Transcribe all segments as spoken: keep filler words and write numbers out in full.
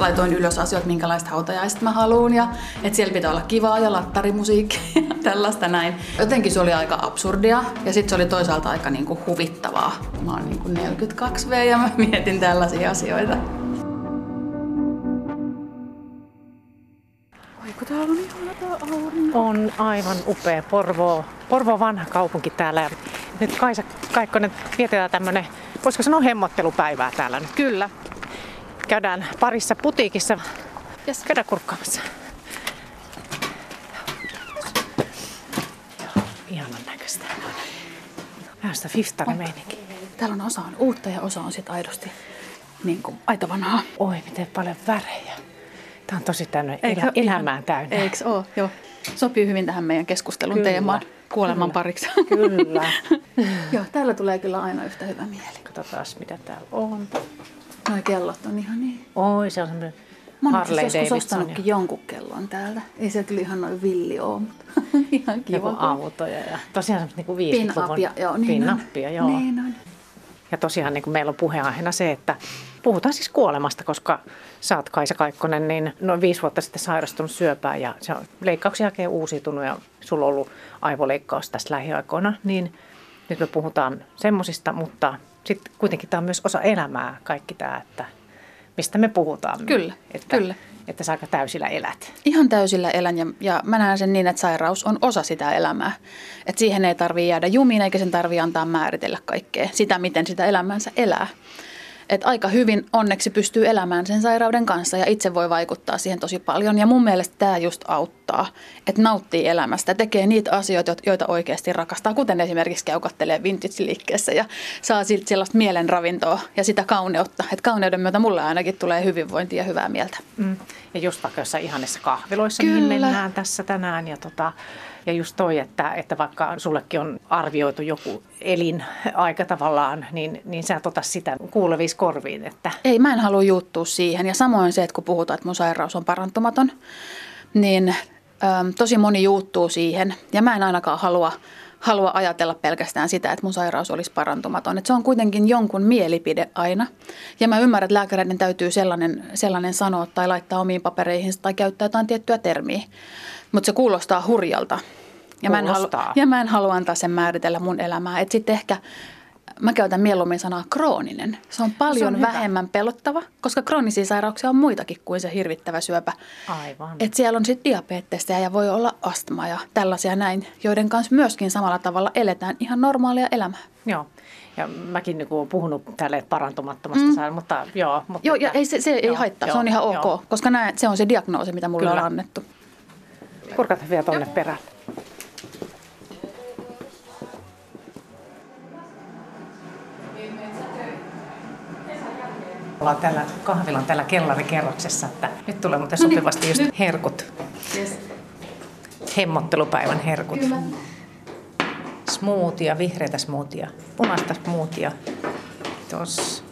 laitoin ylös asioita, minkälaista hautajaiset mä haluun ja että siellä pitää olla kivaa ja lattarimusiikkia ja tällaista näin. Jotenkin se oli aika absurdia ja sitten se oli toisaalta aika niinku huvittavaa. Mä oon niinku neljäkymmentäkaksi vuotias ja mä mietin tällaisia asioita. Oiko täällä on ihana tää aurinko? On aivan upea Porvoo. Porvoo vanha kaupunki täällä. Nyt Kaisa Kaikkonen vietetään tämmönen, voisiko sanoa hemmottelupäivää täällä nyt. Kyllä. Käydään parissa putiikissa. Yes. Käydään kurkkaamassa. Joo, ihanan näköistä. Vähän sitä fiftarimeininkiä. Täällä on osa on uutta ja osa on sit aidosti niin kuin aito vanhaa. Oi, miten paljon värejä. Tää on tosi täynnä elä, elämään täynnä. Eiks oo? Joo. Sopii hyvin tähän meidän keskustelun Kyllä, teemaan. Kuoleman kyllä, pariksi. Kyllä. Joo, täällä tulee kyllä aina yhtä hyvä mieli. Katsotaan, mitä täällä on. Noi kellot on ihan niin. Oi, se on semmoinen Mä oon Harley joskus Davidson. ostanutkin jonkun kellon täältä. Ei se kyllä ihan noin villi oo, mutta ihan kiva. Joku autoja ja tosiaan semmoista niinku viisikymmentäluvun Pin-upia, joo, niin on. pin-upia, joo. Niin on. Ja tosiaan niin kuin meillä on puheenaiheena se, että puhutaan siis kuolemasta, koska sä oot Kaisa Kaikkonen, niin noin viisi vuotta sitten sairastunut syöpään ja se on leikkauksen jälkeen uusiutunut ja sulla on ollut aivoleikkaus tässä lähiaikoina, niin nyt me puhutaan semmosista, mutta sitten kuitenkin tämä on myös osa elämää, kaikki tämä, että mistä me puhutaan. Kyllä, että, kyllä. Että sä aika täysillä elät. Ihan täysillä elän ja, ja mä näen sen niin, että sairaus on osa sitä elämää. Että siihen ei tarvitse jäädä jumiin eikä sen tarvitse antaa määritellä kaikkea sitä, miten sitä elämänsä elää. Että aika hyvin onneksi pystyy elämään sen sairauden kanssa ja itse voi vaikuttaa siihen tosi paljon. Ja mun mielestä tämä just auttaa, että nauttii elämästä, tekee niitä asioita, joita oikeasti rakastaa, kuten esimerkiksi käykattelee vintage-liikkeessä ja saa siltä sellaista mielenravintoa ja sitä kauneutta. Että kauneuden myötä mulle ainakin tulee hyvinvointia ja hyvää mieltä. Mm. Ja just vaikka jossain ihanissa kahviloissa, Kyllä. mihin mennään tässä tänään ja tota... Ja just toi, että, että vaikka sullekin on arvioitu joku elinaika tavallaan, niin, niin sä et ota sitä kuuleviin korviin. Että... Ei, mä en halua juuttua siihen. Ja samoin se, että kun puhutaan, että mun sairaus on parantumaton, niin äm, tosi moni juuttuu siihen. Ja mä en ainakaan halua, halua ajatella pelkästään sitä, että mun sairaus olisi parantumaton. Että se on kuitenkin jonkun mielipide aina. Ja mä ymmärrän, että lääkäreiden täytyy sellainen, sellainen sanoa tai laittaa omiin papereihin tai käyttää jotain tiettyä termiä. Mutta se kuulostaa hurjalta. Ja mä, en halu, ja mä en halua antaa sen määritellä mun elämää. Että sitten ehkä mä käytän mieluummin sanaa krooninen. Se on paljon se on vähemmän pelottava, koska kroonisia sairauksia on muitakin kuin se hirvittävä syöpä. Aivan. Että siellä on sitten diabeettista ja voi olla astma ja tällaisia näin, joiden kanssa myöskin samalla tavalla eletään ihan normaalia elämää. Joo. Ja mäkin niin olen puhunut tälle parantumattomasta mm. sairaan, mutta joo. Mutta joo, ja ei, se, se joo, ei haittaa, joo, se on ihan ok, joo. Koska näin, se on se diagnoosi, mitä mulle Kyllä. on annettu. Kurkata vielä tuonne perälle. Ollaan täällä kahvilan täällä kellarikerroksessa, että nyt tulee muuten sopivasti just herkut. Yes. Hemmottelupäivän herkut. Kyllä. Smoothia, vihreätä smoothia, punaista smoothia. Tuossa.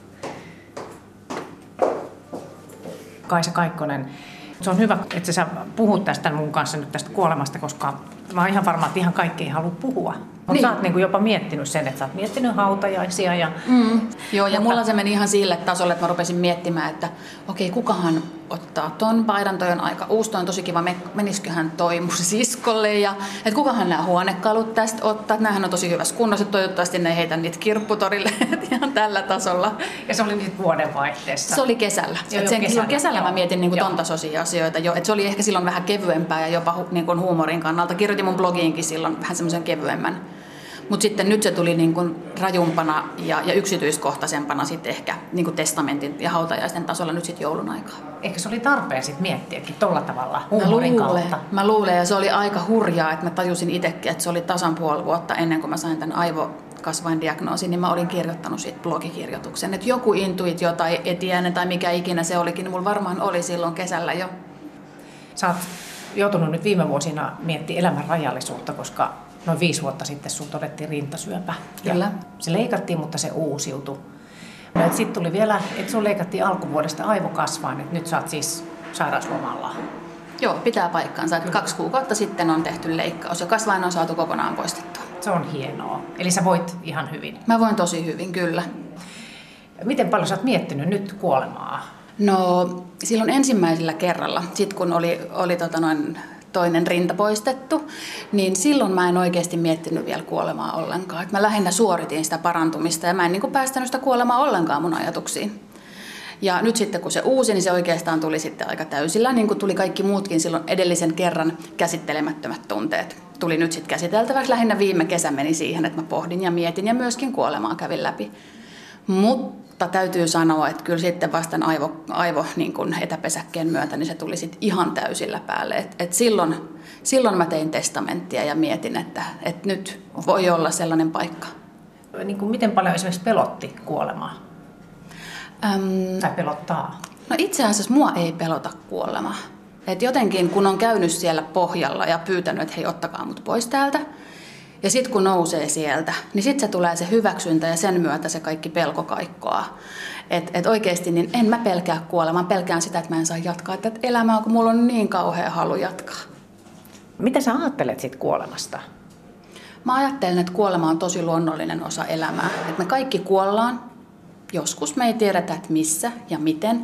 Kaisa Kaikkonen. Se on hyvä, että sä puhut tästä mun kanssa nyt tästä kuolemasta, koska mä oon ihan varma, että ihan kaikki ei halua puhua. Mutta niin. Sä oot niinku jopa miettinyt sen, että sä oot miettinyt hautajaisia. Ja, mm. Joo, ja mutta... mulla se meni ihan sille tasolle, että mä rupesin miettimään, että okei, kukahan ottaa ton paidan, toi on aika uusi, toi on tosi kiva, menisiköhän toi mun siskolle, ja että kukahan nämä huonekalut tästä ottaa, että näähän on tosi hyvässä kunnossa, että toivottavasti ne heitä niitä kirpputorille, ihan tällä tasolla. Ja se oli nyt vuodenvaihteessa? Se oli kesällä. Se sen, kesällä. kesällä Joo. mä mietin niin kuin ton tasoisia asioita jo, että se oli ehkä silloin vähän kevyempää ja jopa hu, niin kuin huumorin kannalta. Kirjoitin mun blogiinkin silloin vähän semmoisen kevyemmän. Mutta sitten nyt se tuli niin kuin rajumpana ja, ja yksityiskohtaisempana sitten ehkä niin kuin testamentin ja hautajaisten tasolla nyt sitten joulun aikaa. Ehkä se oli tarpeen sitten miettiäkin tolla tavalla huumorin mä luulen, kautta? Mä luulen ja se oli aika hurjaa, että mä tajusin itsekin, että se oli tasan puoli vuotta ennen kuin mä sain tämän aivokasvaindiagnoosin, niin mä olin kirjoittanut siitä blogikirjoituksen. Että joku intuitio tai etiäinen tai mikä ikinä se olikin, niin mulla varmaan oli silloin kesällä jo. Sä oot joutunut nyt viime vuosina miettimään elämän rajallisuutta, koska noin viisi vuotta sitten sun todettiin rintasyöpä. Kyllä. Se leikattiin, mutta se uusiutui. No, sitten tuli vielä, että sun leikattiin alkuvuodesta aivokasvaan, että nyt sä oot siis sairauslomalla. Joo, pitää paikkaansa. Että kaksi kuukautta sitten on tehty leikkaus ja kasvain on saatu kokonaan poistettua. Se on hienoa. Eli sä voit ihan hyvin. Mä voin tosi hyvin, kyllä. Miten paljon sä oot miettinyt nyt kuolemaa? No silloin ensimmäisellä kerralla, sit kun oli, oli tota noin toinen rinta poistettu, niin silloin mä en oikeasti miettinyt vielä kuolemaa ollenkaan. Et mä lähinnä suoritin sitä parantumista ja mä en niin kuin päästänyt sitä kuolemaa ollenkaan mun ajatuksiin. Ja nyt sitten kun se uusi, niin se oikeastaan tuli sitten aika täysillä, niin kuin tuli kaikki muutkin silloin edellisen kerran käsittelemättömät tunteet. Tuli nyt sitten käsiteltäväksi. Lähinnä viime kesä meni siihen, että mä pohdin ja mietin ja myöskin kuolemaa kävin läpi. Mutta täytyy sanoa, että kyllä sitten vastaan aivo, aivo niin kuin etäpesäkkeen myötä, niin se tuli sitten ihan täysillä päälle. Et, et silloin, silloin mä tein testamenttia ja mietin, että, että nyt voi olla sellainen paikka. Niin kuin miten paljon esimerkiksi pelotti kuolemaa? Öm, tai pelottaa? No itse asiassa mua ei pelota kuolema. Et jotenkin kun on käynyt siellä pohjalla ja pyytänyt, että hei ottakaa mut pois täältä. Ja sitten kun nousee sieltä, niin sitten se tulee se hyväksyntä ja sen myötä se kaikki pelko kaikkoaa. Että et oikeasti niin en mä pelkää kuolemaa, pelkään sitä, että mä en saa jatkaa tätä elämää, kun mulla on niin kauhea halu jatkaa. Mitä sä ajattelet sit kuolemasta? Mä ajattelen, että kuolema on tosi luonnollinen osa elämää. Että me kaikki kuollaan. Joskus me ei tiedetä, että missä ja miten.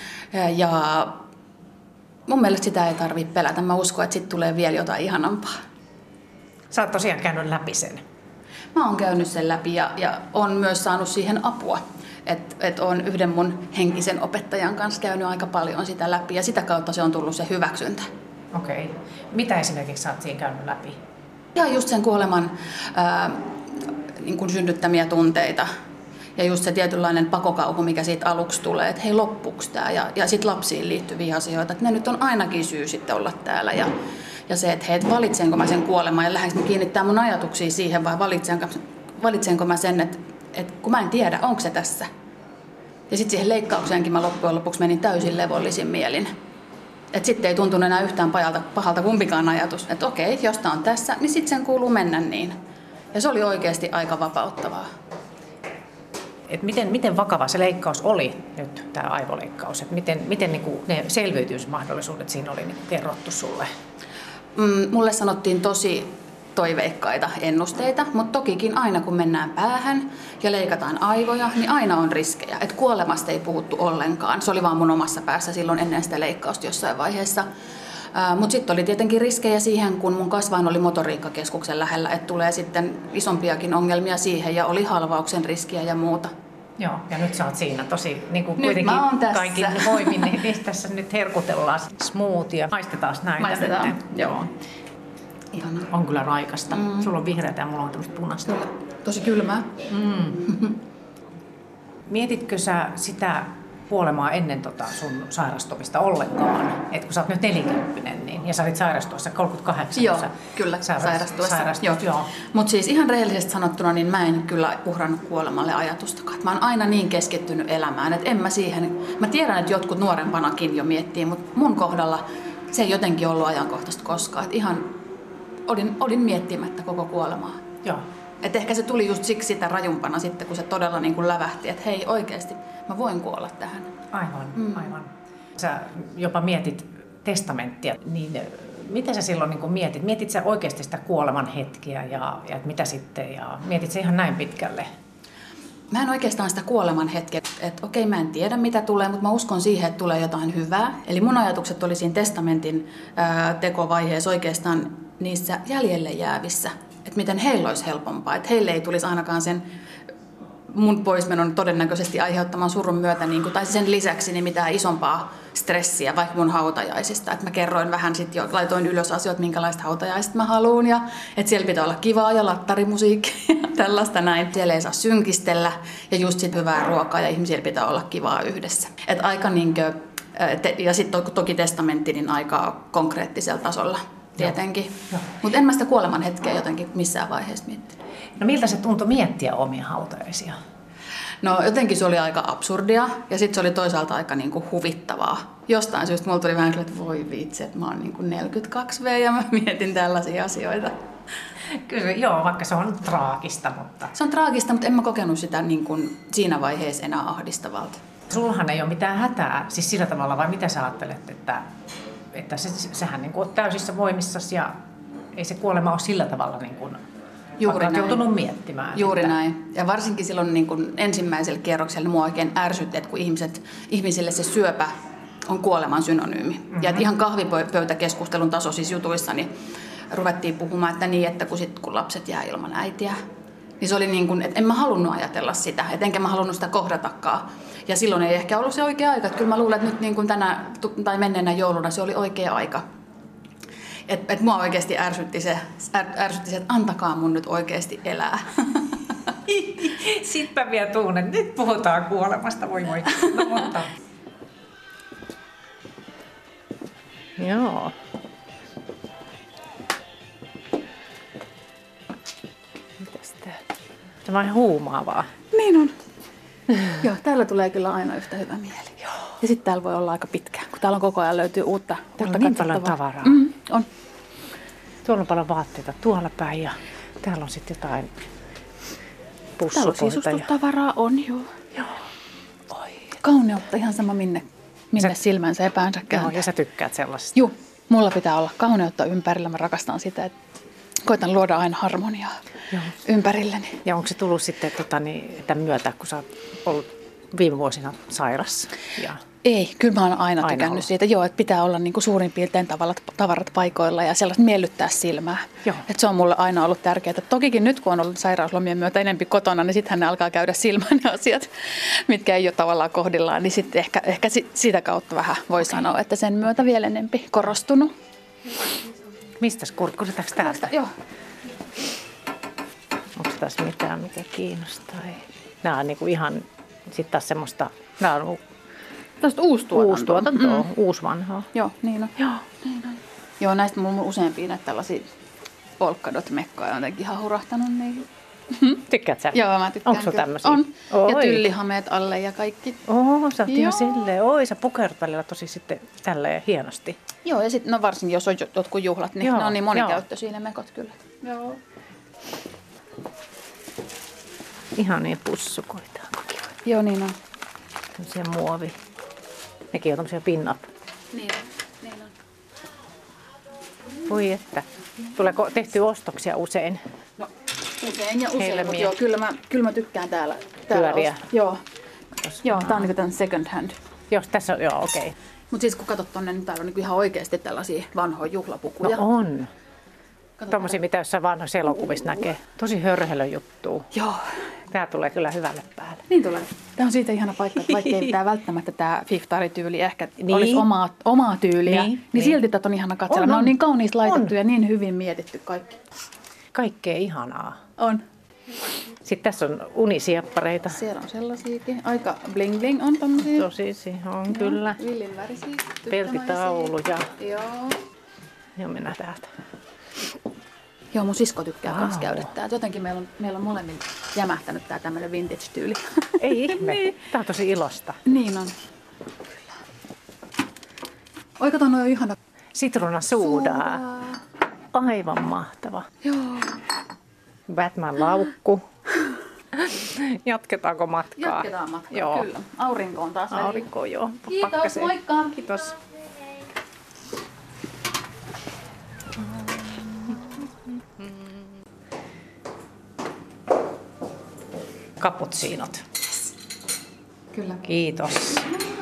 Ja mun mielestä sitä ei tarvitse pelätä. Mä uskon, että sitten tulee vielä jotain ihanampaa. Sä oot tosiaan käynyt läpi sen. Mä oon käynyt sen läpi ja, ja oon myös saanut siihen apua. Että et oon yhden mun henkisen opettajan kanssa käynyt aika paljon sitä läpi ja sitä kautta se on tullut se hyväksyntä. Okei. Okay. Mitä esimerkiksi sä oot siinä käynyt läpi? Ja just sen kuoleman ää, niin kuin synnyttämiä tunteita. Ja just se tietynlainen pakokauhu, mikä siitä aluksi tulee, että hei loppuuko tämä. Ja, ja sitten lapsiin liittyviä asioita, että ne nyt on ainakin syy sitten olla täällä. Ja, ja se, että hei, et valitsenko mä sen kuoleman ja lähdenkö mä kiinnittää mun ajatuksia siihen vai valitsenko, valitsenko mä sen, että, että kun mä en tiedä, onko se tässä. Ja sitten siihen leikkaukseenkin mä loppujen lopuksi menin täysin levollisin mielin. Että sitten ei tuntunut enää yhtään pahalta, pahalta kumpikaan ajatus. Että okei, jos tää on tässä, niin sitten sen kuuluu mennä niin. Ja se oli oikeasti aika vapauttavaa. Et miten, miten vakava se leikkaus oli nyt, tämä aivoleikkaus? Et miten miten niin kuin ne selviytymismahdollisuudet siinä oli niin kuin kerrottu sulle? Mm, mulle sanottiin tosi toiveikkaita ennusteita, mutta tokikin aina kun mennään päähän ja leikataan aivoja, niin aina on riskejä. Et kuolemasta ei puhuttu ollenkaan. Se oli vaan mun omassa päässä silloin ennen sitä leikkausta jossain vaiheessa. Uh, mutta sitten oli tietenkin riskejä siihen, kun mun kasvain oli motoriikkakeskuksen lähellä, että tulee sitten isompiakin ongelmia siihen ja oli halvauksen riskiä ja muuta. Joo, ja nyt sä oot siinä tosi niin kuin nyt kuitenkin kaikin voimin, niin, niin tässä nyt herkutellaan smoothia. Maistetaan näitä. Maistetaan, nyt. joo. Ihanaa. On kyllä raikasta. Mm. Sulla on vihreätä ja mulla on tämmöistä punaista. Kyllä. Tosi kylmää. Mm. Mietitkö sä sitä kuolemaa ennen tota sun sairastumista ollenkaan? Et kun sä oot nyt nelikymppinen niin, ja sä olit sairastuessa kolmekymmentäkahdeksan. Joo, kyllä sairastuessa. Joo. Joo. Mutta siis ihan rehellisesti sanottuna, niin mä en kyllä uhrannut kuolemalle ajatustakaan. Mä oon aina niin keskittynyt elämään, että en mä siihen... Mä tiedän, että jotkut nuorempanakin jo miettii, mutta mun kohdalla se ei jotenkin ollut ajankohtaista koskaan. Et ihan olin, olin miettimättä koko kuolemaa. Joo. Et ehkä se tuli just siksi sitä rajumpana sitten, kun se todella niin kuin lävähti, että hei oikeasti mä voin kuolla tähän. Aivan, mm. aivan. Sä jopa mietit testamenttia, niin mitä sä silloin niin kuin mietit? Mietit sä oikeasti sitä kuoleman hetkeä ja, ja mitä sitten? Ja mietit sä ihan näin pitkälle? Mä en oikeastaan sitä kuoleman hetkeä, että okei mä en tiedä mitä tulee, mutta mä uskon siihen, että tulee jotain hyvää. Eli mun ajatukset oli siinä testamentin ää, tekovaiheessa oikeastaan niissä jäljelle jäävissä. Että miten heillä olisi helpompaa, että heille ei tulisi ainakaan sen mun poismenon todennäköisesti aiheuttaman surun myötä, niin kuin, tai sen lisäksi niin mitään isompaa stressiä, vaikka mun hautajaisista. Että mä kerroin vähän sitten jo, laitoin ylös asioita, minkälaista hautajaista mä haluun, ja että siellä pitää olla kivaa ja lattarimusiikkia ja tällaista näin. Siellä ei saa synkistellä, ja just sit hyvää ruokaa, ja ihmisillä pitää olla kivaa yhdessä. Että aika niinkö, ja sitten toki testamentti, niin aika konkreettisella tasolla. Tietenkin. Mutta en mä sitä kuoleman hetkeä jotenkin missään vaiheessa miettinyt. No miltä se tuntui miettiä omia hautajaisia? No jotenkin se oli aika absurdia ja sitten se oli toisaalta aika niinku huvittavaa. Jostain syystä mulla tuli vähän että voi vitsi, että mä oon niinku neljäkymmentäkaksi vuotias ja mä mietin tällaisia asioita. Kyllä, joo, vaikka se on traagista, mutta... Se on traagista, mutta en mä kokenut sitä niin kuin siinä vaiheessa enää ahdistavalta. Sullahan ei ole mitään hätää, siis sillä tavalla, vai mitä sä ajattelet, että... Että se, sehän niin kuin on täysissä voimissasi ja ei se kuolema ole sillä tavalla niin kuin Juuri näin. Joutunut miettimään. Juuri että... näin. Ja varsinkin silloin niin kuin ensimmäisellä kierroksella mua oikein ärsytti, että kun ihmiset, ihmisille se syöpä on kuoleman synonyymi. Mm-hmm. Ja että ihan kahvipöytäkeskustelun tasoisissa jutuissa niin ruvettiin puhumaan, että niin, että kun, sit, kun lapset jää ilman äitiä, niin se oli niin kuin, että en mä halunnut ajatella sitä, että enkä mä halunnut sitä kohdatakaan. Ja silloin ei ehkä ollut se oikea aika. Että kyllä mä luulen, että nyt niin kuin tänä tai menneenä jouluna se oli oikea aika. Että et mua oikeasti ärsytti se, ärsytti se, että antakaa mun nyt oikeasti elää. Sitten mä vielä tuun, että nyt puhutaan kuolemasta, voi voi. No, mutta... Joo. Mitäs tää? Tämä on huumaavaa. Niin on. Joo, täällä tulee kyllä aina yhtä hyvä mieli. Joo. Ja sitten täällä voi olla aika pitkään, kun täällä on koko ajan löytyy uutta, uutta on niin paljon tavaraa. Mm, on. Tuolla on paljon vaatteita tuolla päin ja täällä on sitten jotain pussukoita. Täällä on sisustustavaraa, on joo. Joo. Oi. Kauneutta ihan sama minne, minne sä, silmänsä ja päänsä kääntää. Joo, ja sä tykkäät sellaista. Joo, mulla pitää olla kauneutta ympärillä. Mä rakastan sitä, että koitan luoda aina harmoniaa Joo. ympärilleni. Ja onko se tullut sitten tota, niin, tämän myötä, kun sä oot ollut viime vuosina sairas? Ja... Ei, kyllä mä oon aina, aina tykännyt ollut. Siitä, joo, että pitää olla niin kuin suurin piirtein tavarat, tavarat paikoilla ja sellaista miellyttää silmää. Että se on mulle aina ollut tärkeää. Tokikin nyt, kun on ollut sairauslomien myötä enempi kotona, niin sittenhän ne alkaa käydä silmään ne asiat, mitkä ei ole tavallaan kohdillaan. Niin sitten ehkä, ehkä sitä kautta vähän voi okay. sanoa, että sen myötä vielä enempi korostunut. Mistäs kurkkusetaanko täältä? Joo. Onko tässä mitään, mikä kiinnostaa? Nämä on niinku ihan sitten taas semmoista... Nämä on tästä uustuotantoa. Uustuotantoa, mm. uusvanhaa. Joo, niin on. Joo. Niin on. Joo, näistä mulla on useampia näitä tällaisia polkadot-mekkoja on jotenkin ihan hurahtanut. Niin... Tykkäät sä? Joo, mä tykkään. Onko sulla tämmöisiä? On. Oi. Ja tyllihameet alle ja kaikki. Oo, sä oot ihan silleen. Oi, sä pukeudut välillä tosi sitten tälleen hienosti. Joo, ja sitten no varsinkin jos on jotkut juhlat, niin joo, ne on niin monikäyttöisiä ne mekot kyllä. Joo. Ihan niin pussukoita. Joo, niin on. Tämmöisiä muovi. Nekin on tämmöisiä pin-up. Niin on, niin on. Voi että. Tuleeko tehtyä ostoksia usein? No usein ja usein, mutta joo, kyllä mä, kyllä mä tykkään täällä. täällä Pyöriä. Ost- joo, joo tää on niinku tämän second hand. Joo, tässä on, joo, okei. Okay. Mutta siis kun katsot tonne, niin täällä on niinku ihan oikeasti tällaisia vanhoja juhlapukuja. No on. Tuommoisia, mitä jossain vanhoissa elokuvissa näkee. Tosi hörhelö juttua. Joo. Tää tulee kyllä hyvälle päälle. Niin tulee. Tämä on siitä ihana paikka, että vaikka ei tämä välttämättä tämä fiftaari-tyyli ehkä niin. olisi omaa, omaa tyyliä, niin, niin, niin silti tätä on ihana katsella. On, ne on. on niin kauniisti laitettu on. ja niin hyvin mietitty kaikki. Kaikkea ihanaa. On. Sitten tässä on unisieppareita. Siellä on sellaisiakin. Aika bling bling on tommosia. Tosi, on no, kyllä. Villin värisiä. Peltitaulu ja... Joo. Ja mennään täältä. Joo, mun sisko tykkää wow. kans käydä täältä. Jotenkin meillä on, meillä on molemmin jämähtänyt tää tämmönen vintage-tyyli. Ei ihme. niin. Tää on tosi ilosta. Niin on. Kyllä. Oi, kato, noi on ihana. Sitruunasuudaa. Aivan mahtava. Joo. Batman-laukku. Jatketaanko matkaa? Jatketaan matkaa, joo. Kyllä. Aurinko on taas. Aurinko, joo. Kiitos, Pakkaseen. moikka. Kiitos. Cappuccinot. Kyllä. Kiitos.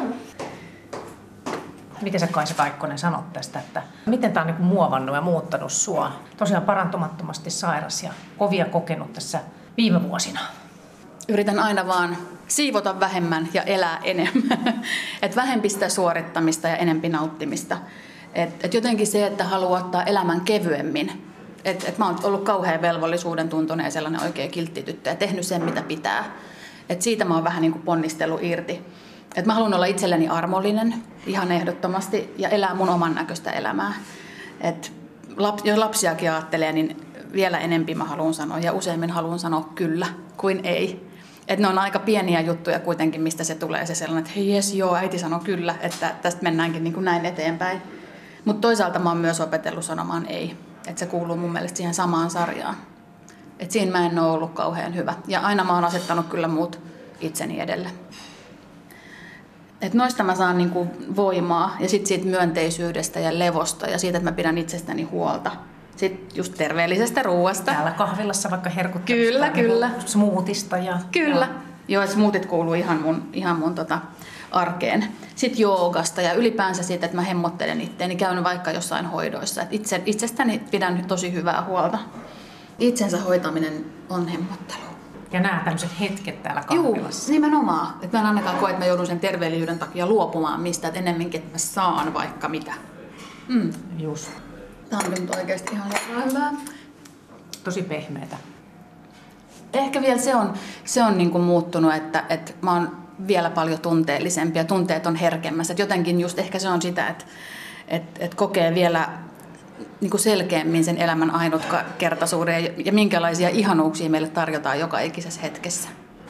Miten sä Kaisa Kaikkonen sanot tästä, että miten tää on niinku muovannut ja muuttanut sua? Tosiaan parantumattomasti sairas ja kovia kokenut tässä viime vuosina. Yritän aina vaan siivota vähemmän ja elää enemmän. Et vähempi sitä suorittamista ja enempi nauttimista. Et, et jotenkin se, että haluaa ottaa elämän kevyemmin. Et, et mä oon ollut kauhean velvollisuuden tuntoinen ja sellainen oikea kiltti tyttö ja tehnyt sen, mitä pitää. Et siitä mä oon vähän niin kuin ponnistellut irti. Et mä haluan olla itselleni armollinen ihan ehdottomasti ja elää mun oman näköistä elämää. Et lap, jos lapsiakin ajattelee, niin vielä enempi mä haluan sanoa ja useimmin haluan sanoa kyllä kuin ei. Et ne on aika pieniä juttuja kuitenkin, mistä se tulee se sellainen, että hei jes, joo, äiti sanoi kyllä, että tästä mennäänkin niin kuin näin eteenpäin. Mutta toisaalta mä oon myös opetellut sanomaan ei. Että se kuuluu mun mielestä siihen samaan sarjaan. Että siinä mä en ole ollut kauhean hyvä. Ja aina mä oon asettanut kyllä muut itseni edelle. Että noista mä saan niinku voimaa ja sitten siitä myönteisyydestä ja levosta ja siitä, että mä pidän itsestäni huolta. Sitten just terveellisestä ruoasta. Täällä kahvilassa vaikka herkut. Kyllä, kyllä. Smoothista. Ja, kyllä. Ja. Joo, smoothit kuuluu ihan mun, ihan mun tota arkeen. Sitten joogasta ja ylipäänsä siitä, että mä hemmottelen itteeni. Käyn vaikka jossain hoidoissa. Et itse, itsestäni pidän tosi hyvää huolta. Itsensä hoitaminen on hemmottelu. Ja nämä tämmöiset hetket täällä kahvilassa. Joo, nimenomaan. Että mä en ainakaan koe, että mä joudun sen terveellisyyden takia luopumaan mistä, että ennemminkin, että mä saan vaikka mitä. Mm. Just. Tää on nyt oikeasti ihan hyvää. Tosi pehmeätä. Ehkä vielä se on, se on niin kuin muuttunut, että, että mä oon vielä paljon tunteellisempi ja tunteet on herkemmässä. Että jotenkin just ehkä se on sitä, että, että, että kokee vielä niin kuin selkeämmin sen elämän ainutkertaisuuden ja, ja minkälaisia ihanuuksia meille tarjotaan joka ikisessä hetkessä.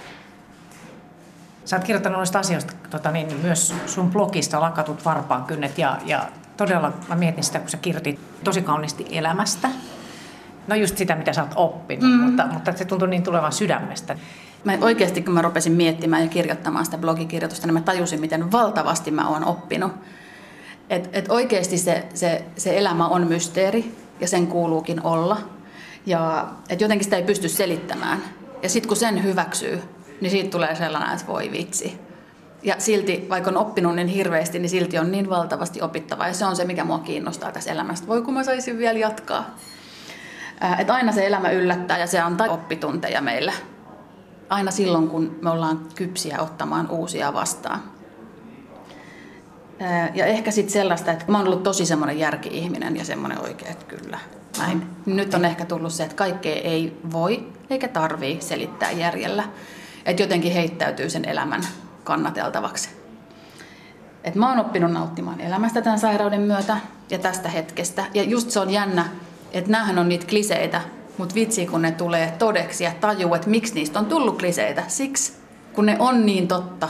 Sä oot kirjoittanut noista asioista tota niin, myös sun blogista Lakatut varpaankynnet ja, ja todella mä mietin sitä, kun sä kirjoitit tosi kauniisti elämästä. No just sitä, mitä sä oot oppinut, mm. mutta, mutta se tuntui niin tulevan sydämestä. Mä oikeasti, kun mä rupesin miettimään ja kirjoittamaan sitä blogikirjoitusta, niin mä tajusin, miten valtavasti mä oon oppinut. Että et oikeasti se, se, se elämä on mysteeri ja sen kuuluukin olla. Ja et jotenkin sitä ei pysty selittämään. Ja sitten kun sen hyväksyy, niin siitä tulee sellainen, että voi vitsi. Ja silti, vaikka on oppinut niin hirveästi, niin silti on niin valtavasti opittavaa. Ja se on se, mikä mua kiinnostaa tässä elämästä. Voi kun mä saisin vielä jatkaa. Että aina se elämä yllättää ja se antaa oppitunteja meille. Aina silloin, kun me ollaan kypsiä ottamaan uusia vastaan. Ja ehkä sitten sellaista, että mä oon ollut tosi semmoinen järki-ihminen ja semmoinen oikein, että kyllä näin. Nyt on ehkä tullut se, että kaikkea ei voi eikä tarvii selittää järjellä. Että jotenkin heittäytyy sen elämän kannateltavaksi. Et mä oon oppinut nauttimaan elämästä tämän sairauden myötä ja tästä hetkestä. Ja just se on jännä, että näähän on niitä kliseitä, mutta vitsi kun ne tulee todeksi ja tajuu, että miksi niistä on tullut kliseitä. Siksi, kun ne on niin totta.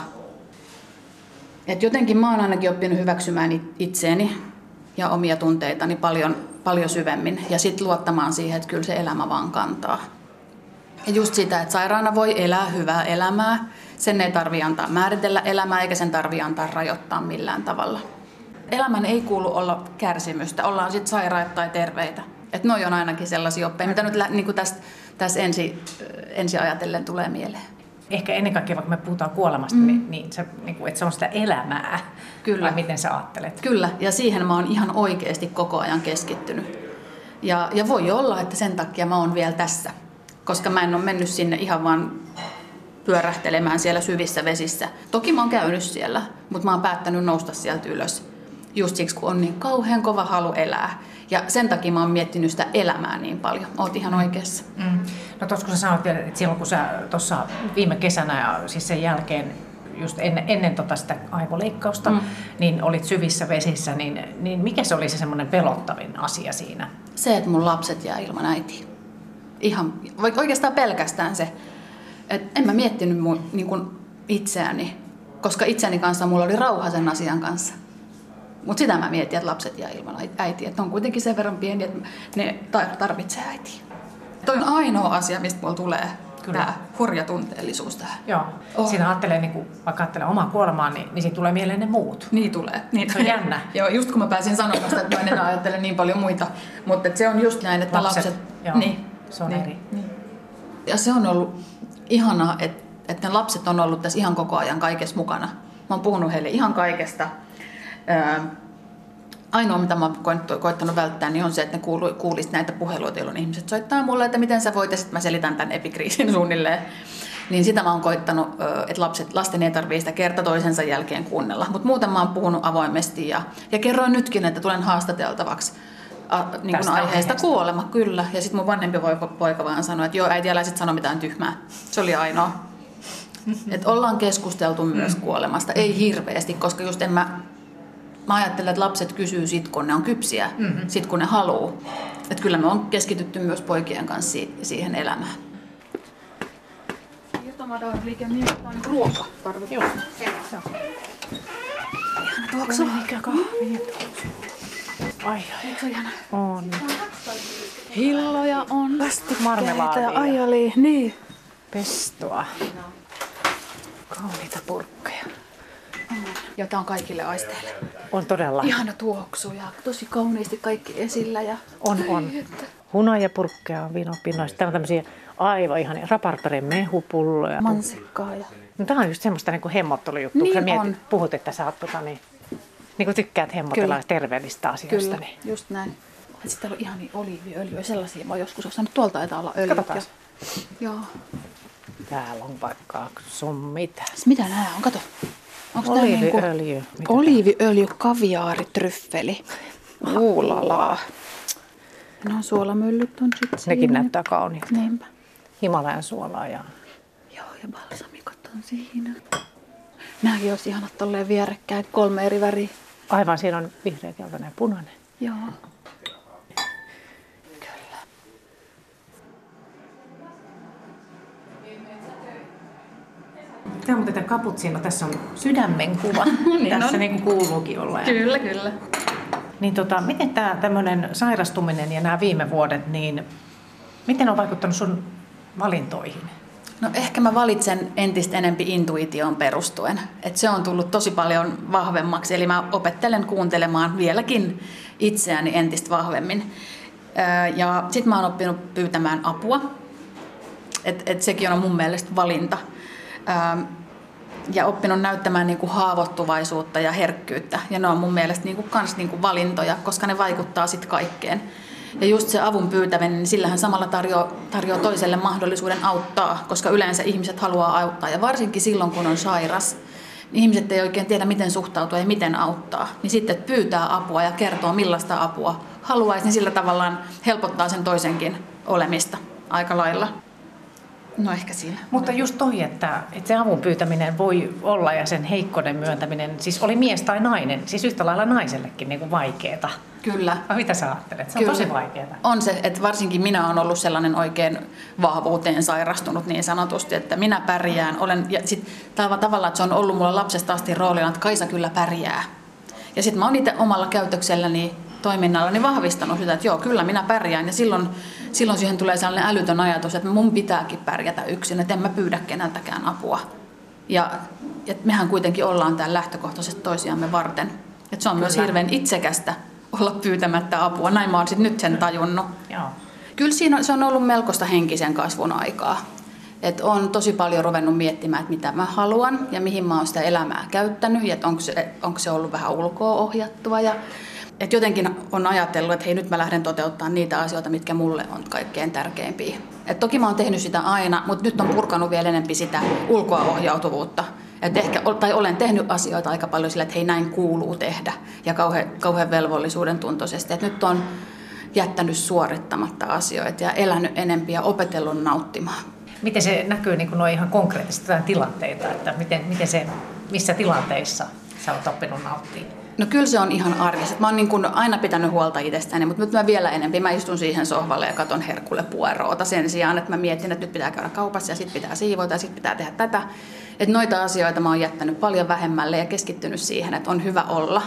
Et jotenkin mä oon ainakin oppinut hyväksymään itseäni ja omia tunteitani paljon, paljon syvemmin. Ja sitten luottamaan siihen, että kyllä se elämä vaan kantaa. Ja just sitä, että sairaana voi elää hyvää elämää. Sen ei tarvitse antaa määritellä elämää eikä sen tarvitse antaa rajoittaa millään tavalla. Elämän ei kuulu olla kärsimystä, ollaan sitten sairaita tai terveitä. Että noi on ainakin sellaisia oppeja, mitä nyt niin tästä, tästä ensi, ensi ajatellen tulee mieleen. Ehkä ennen kaikkea, vaikka me puhutaan kuolemasta, mm. niin, niin, se, niin kuin, että se on sitä elämää. Kyllä. Vai miten sä ajattelet? Kyllä, ja siihen mä oon ihan oikeasti koko ajan keskittynyt. Ja, ja voi olla, että sen takia mä oon vielä tässä, koska mä en ole mennyt sinne ihan vaan pyörähtelemään siellä syvissä vesissä. Toki mä oon käynyt siellä, mutta mä oon päättänyt nousta sieltä ylös. Just siksi, kun on niin kauhean kova halu elää. Ja sen takia mä oon miettinyt sitä elämää niin paljon. Oot ihan oikeassa. Mm. No tuossa kun sä sanoit, että silloin kun sä tuossa viime kesänä ja siis sen jälkeen, just ennen, ennen tota sitä aivoleikkausta, mm. niin olit syvissä vesissä, niin, niin mikä se oli se semmoinen pelottavin asia siinä? Se, että mun lapset jää ilman äitiä. Ihan, oikeastaan pelkästään se. Et en mä miettinyt mun, niin kun itseäni, koska itseäni kanssa mulla oli rauha sen asian kanssa. Mutta sitä mä mietin, että lapset jää ilman äitiä. Että on kuitenkin sen verran pieni, että ne tarvitsee äitiä. Toi on ainoa asia, mistä mulla tulee tämä hurja tunteellisuus tähän. Joo. Oh. Siinä ajattelee, niin kun, vaikka ajattelee omaa kuolemaa, niin, niin siinä tulee mieleen ne muut. Niin tulee. Niin se on jännä. Joo, just kun mä pääsin sanomaan sitä, että mä en enää ajattele niin paljon muita. Mutta se on just näin, että lapset... lapset joo, niin, se on niin, eri. Niin. Ja se on ollut ihanaa, että, että ne lapset on ollut tässä ihan koko ajan kaikessa mukana. Mä oon puhunut heille ihan kaikesta. Ainoa, mitä mä oon koittanut välttää, niin on se, että ne kuulisi näitä puheluita, jolloin ihmiset soittaa mulle, että miten sä voit, ja sitten mä selitän tämän epikriisin suunnilleen. Niin sitä mä oon koittanut, että lapset, lasten ei tarvitse sitä kerta toisensa jälkeen kuunnella. Mutta muuten mä oon puhunut avoimesti ja, ja kerroin nytkin, että tulen haastateltavaksi a, niin kuin aiheesta kuolema, kyllä. Ja sitten mun vanhempi poika vaan sanoi, että joo, äiti, älä sit sano mitään tyhmää. Se oli ainoa. Että ollaan keskusteltu myös kuolemasta, ei hirveästi, koska just en mä... Mä ajattelen, että lapset kysyy sit, kun ne on kypsiä, mm-hmm. sit kun ne haluu. Että kyllä me on keskitytty myös poikien kanssa siihen elämään. Siirtomadaanliike on ruoka tarvitaan. Joo. Ihana tuoksu. Mikä kahvi tuoksu. Ai ai. Eikö se ihana? On. Hilloja on. Marmelaadia. Aioli, niin. Pestoa. Kauniita purkkeja. Ja tää on kaikille aisteille. On todella. Ihana tuoksu ja tosi kauniisti kaikki esillä. Ja... On, on. Hunajapurkkeja on viinopinnoista. Täällä on tämmöisiä aivan ihania raparpereen mehupulloja. Mansikkaa. Ja... No, tää on just semmoista niin kuin hemmottelujuttua. Niin sä mietit, on. puhut, että sä oot tota, niin, niin kuin tykkäät hemmotella Kyllä. terveellistä asioista. Kyllä, Niin. just näin. Sitten täällä on ihania oliiviöljyä. Sellaisia mä oon joskus ostanut. Tuolta taitaa olla öljyt. Katsotaan. Joo. Täällä on vaikka sun mitä. Mitä nää on? Kato. Onko tää niinku... Oliiviöljy. Mitä Oliiviöljy, kaviaari, tryffeli. Uulala. No suolamyllyt on sitten siinä. Nekin näyttää kauniilta. Niinpä. Himalajan suolaa ja... Joo, ja balsamikot on siinä. Nääkin olisi ihanat tolleen vierekkäin. Kolme eri väriä. Aivan, siinä on vihreä, keltainen ja punainen. Joo. Tämä on muuten tämä cappuccino. Tässä on sydämen kuva. Niin Tässä on. niin kuin kuuluukin olla. Ja... Kyllä, kyllä. Niin tota, miten tämä tämmöinen sairastuminen ja nämä viime vuodet, niin miten on vaikuttanut sun valintoihin? No ehkä mä valitsen entistä enempi intuitioon perustuen. Et se on tullut tosi paljon vahvemmaksi. Eli mä opettelen kuuntelemaan vieläkin itseäni entistä vahvemmin. Öö, ja sit mä oon oppinut pyytämään apua. Et, et sekin on mun mielestä valinta. Öö, ja oppinut näyttämään niinku haavoittuvaisuutta ja herkkyyttä. Ja ne on mun mielestä niinku kans niinku valintoja, koska ne vaikuttaa sit kaikkeen. Ja just se avun pyytäminen, niin sillähän samalla tarjoaa, tarjoaa toiselle mahdollisuuden auttaa, koska yleensä ihmiset haluaa auttaa. Ja varsinkin silloin, kun on sairas, niin ihmiset ei oikein tiedä, miten suhtautua ja miten auttaa. Niin sitten, että pyytää apua ja kertoo, millaista apua haluaisi, niin sillä tavallaan helpottaa sen toisenkin olemista aika lailla. No ehkä siinä. Mutta just toi, että, että se avun pyytäminen voi olla ja sen heikkouden myöntäminen, siis oli mies tai nainen, siis yhtä lailla naisellekin niin kuin vaikeeta. Kyllä. Vai mitä sä ajattelet? Se on Kyllä. tosi vaikeeta. On se, että varsinkin minä olen ollut sellainen oikein vahvuuteen sairastunut niin sanotusti, että minä pärjään. Olen, ja sit tavallaan, että se on ollut mulla lapsesta asti roolina, että Kaisa kyllä pärjää. Ja sitten mä oon itse omalla käytökselläni toiminnallani vahvistanut sitä, että joo, kyllä minä pärjään. Ja silloin, silloin siihen tulee sellainen älytön ajatus, että mun pitääkin pärjätä yksin, että en mä pyydä keneltäkään apua. Ja, ja mehän kuitenkin ollaan täällä lähtökohtaisesti toisiamme varten. Että se on kyllä myös hirveän itsekästä olla pyytämättä apua. Näin mä oon sit nyt sen tajunnut. Joo. Kyllä siinä se on ollut melkoista henkisen kasvun aikaa. Et on tosi paljon ruvennut miettimään, että mitä mä haluan ja mihin mä oon sitä elämää käyttänyt ja onko se, onko se ollut vähän ulkoa ohjattua. Ja, et jotenkin on ajatellut, että hei, nyt mä lähden toteuttamaan niitä asioita, mitkä mulle on kaikkein tärkeimpiä. Et toki mä oon tehnyt sitä aina, mutta nyt on purkanut vielä enemmän sitä ulkoa ohjautuvuutta. Et ehkä, tai olen tehnyt asioita aika paljon sillä, että hei, näin kuuluu tehdä ja kauhean, kauhean velvollisuuden tuntoisesti. Et nyt on jättänyt suorittamatta asioita ja elänyt enempi ja opetellut nauttimaan. Miten se näkyy niin kuin ihan konkreettisesti jotain tilanteita, että miten, miten se, missä tilanteissa sä oot oppinut nauttia? No kyllä se on ihan arjessa. Mä oon niin kuin aina pitänyt huolta itsestäni, mutta nyt mä vielä enemmän. Mä istun siihen sohvalle ja katon herkulle Poirota sen sijaan, että mä mietin, että nyt pitää käydä kaupassa ja sitten pitää siivota ja sitten pitää tehdä tätä. Että noita asioita mä oon jättänyt paljon vähemmälle ja keskittynyt siihen, että on hyvä olla.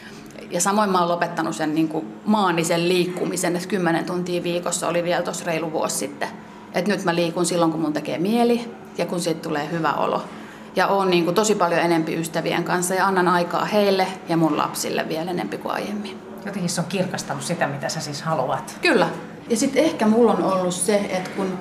Ja samoin mä oon lopettanut sen niin kuin maanisen liikkumisen, että kymmenen tuntia viikossa oli vielä tuossa reilu vuosi sitten. Että nyt mä liikun silloin, kun mun tekee mieli ja kun siitä tulee hyvä olo. Ja oon niin kuin tosi paljon enempi ystävien kanssa ja annan aikaa heille ja mun lapsille vielä enempi kuin aiemmin. Jotenkin se on kirkastanut sitä, mitä sä siis haluat. Kyllä. Ja sitten ehkä mulla on ollut se, että kun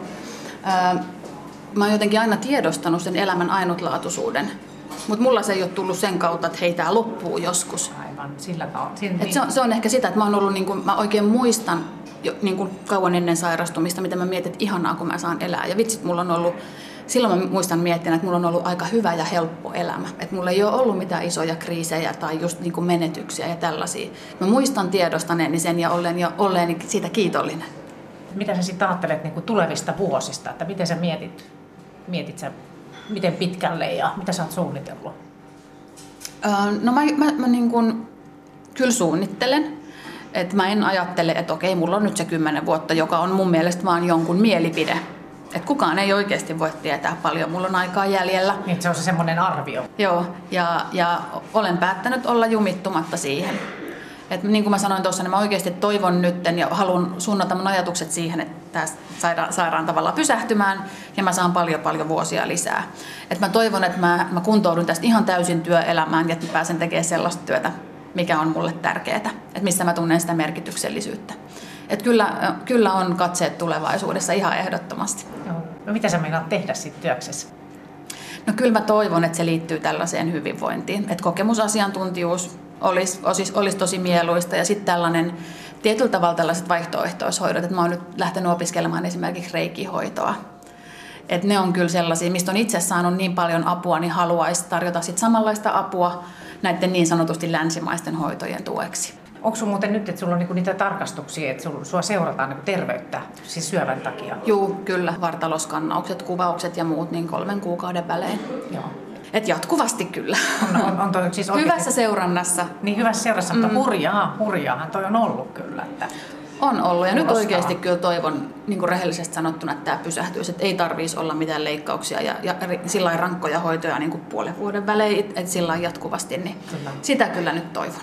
ää, mä oon jotenkin aina tiedostanut sen elämän ainutlaatuisuuden. Mutta mulla se ei ole tullut sen kautta, että hei, tää loppuu joskus. Aivan, sillä kautta. Et se, on, se on ehkä sitä, että mä, oon ollut, niin kun, mä oikein muistan jo, niin kun kauan ennen sairastumista, mitä mä mietin, että ihanaa, kun mä saan elää. Ja vitsit, mulla on ollut, silloin mä muistan miettiä, että mulla on ollut aika hyvä ja helppo elämä. Että mulla ei ole ollut mitään isoja kriisejä tai just niin kun menetyksiä ja tällaisia. Mä muistan tiedostaneeni sen ja ollen, ja olleeni siitä kiitollinen. Mitä sä sitten ajattelet niin kuin tulevista vuosista, että miten sä mietit, mietit sä, miten pitkälle ja mitä sä oot suunnitellut? Öö, no mä, mä, mä niin kun, kyllä suunnittelen. Et mä en ajattele, että okei, mulla on nyt se kymmenen vuotta, joka on mun mielestä vaan jonkun mielipide. Et kukaan ei oikeasti voi tietää paljon, mulla on aikaa jäljellä. Niin, se on se semmoinen arvio. Joo, ja, ja olen päättänyt olla jumittumatta siihen. Et niin kuin mä sanoin tuossa, niin mä oikeasti toivon nytten ja haluan suunnata mun ajatukset siihen, että tämä saadaan, saadaan tavallaan pysähtymään ja mä saan paljon paljon vuosia lisää. Et mä toivon, että mä, mä kuntoudun tästä ihan täysin työelämään ja että mä pääsen tekemään sellaista työtä, mikä on mulle tärkeää, että missä mä tunnen sitä merkityksellisyyttä. Et kyllä, kyllä on katseet tulevaisuudessa ihan ehdottomasti. Joo. No mitä sä meinaat tehdä sitten työksessä? No kyllä mä toivon, että se liittyy tällaiseen hyvinvointiin, että kokemusasiantuntijuus olisi, olisi, olisi tosi mieluista ja sitten tällainen tietyllä tavalla tällaiset vaihtoehtoishoidot, että mä oon nyt lähtenyt opiskelemaan esimerkiksi reikihoitoa. Että ne on kyllä sellaisia, mistä on itse saanut niin paljon apua, niin haluaisi tarjota sit samanlaista apua näiden niin sanotusti länsimaisten hoitojen tueksi. Onko sun muuten nyt, että sulla on niinku niitä tarkastuksia, että sua seurataan niinku terveyttä, siis syövän takia? Joo, kyllä. Vartaloskannaukset, kuvaukset ja muut niin kolmen kuukauden välein. Joo. Et jatkuvasti kyllä. On, on, on toi siis oikeasti... Hyvässä seurannassa. Niin hyvässä seurannassa, mutta mm. hurjaa, hurjaahan toi on ollut kyllä. Että... On ollut ja Kuulostaa. Nyt oikeasti kyllä toivon niin kuin rehellisesti sanottuna, että tämä pysähtyisi, että ei tarvitsisi olla mitään leikkauksia ja, ja sillä lailla rankkoja hoitoja niin kuin puolen vuoden välein, että sillä lailla jatkuvasti, niin kyllä. Sitä kyllä nyt toivon.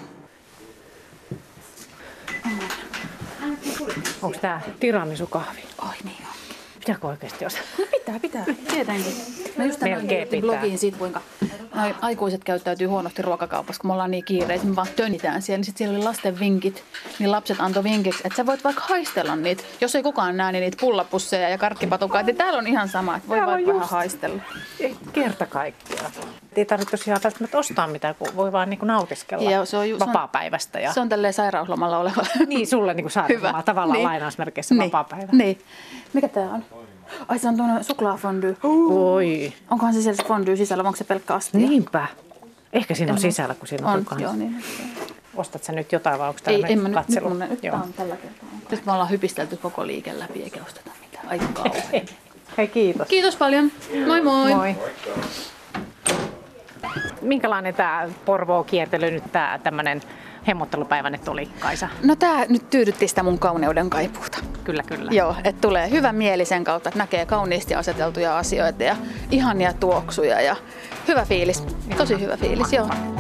Onko tämä tiramisukahvi? Oi niin on. Pitääkö oikeasti osaa? No pitää, pitää. Tietenkin. Mä just tänään kirjoitin blogiin siitä, kuinka aikuiset käyttäytyy huonosti ruokakaupassa, kun me ollaan niin kiireisiä, me vaan tönitään siellä. Niin sitten siellä oli lasten vinkit, niin lapset antoi vinkiksi, että sä voit vaikka haistella niitä. Jos ei kukaan näe, niin niitä pullapusseja ja karkkipatukaa. Niin täällä on ihan sama, että voi vaikka vähän haistella. Ei kerta kaikkiaan. Ei tarvitse tosiaan välttämättä ostaa mitään, kun voi vaan niin nautiskella ja se on ju- vapaapäivästä. Ja... Se on tälleen sairauslomalla oleva. Niin, sulle niin sairauslomalla tavallaan niin. Lainausmerkeissä niin. Vapaapäivä. Niin. Mikä tää on? Ai se on tuonne suklaafondy. Oi. Onkohan se siellä fondy sisällä, onko se pelkkä astia? Niinpä. Ehkä siinä on en sisällä, kun siinä on, on kanssa. Joo, niin. Ostat sä nyt jotain vai onko täällä ei, en mä katselu? Nyt, nyt, nyt tää on tällä kertaa. Nyt me ollaan hypistelty koko liike läpi eikä osteta mitään. Aika kauan. Hei, kiitos. Kiitos paljon. Moi moi. Moi. Minkälainen tämä Porvoo-kiertely nyt tämä tämmöinen hemmottelupäivä nyt oli, Kaisa? No tää nyt tyydytti sitä mun kauneuden kaipuuta. Kyllä, kyllä. Joo, että tulee hyvä mieli sen kautta, että näkee kauniisti aseteltuja asioita ja ihania tuoksuja ja hyvä fiilis. Tosi hyvä fiilis, joo.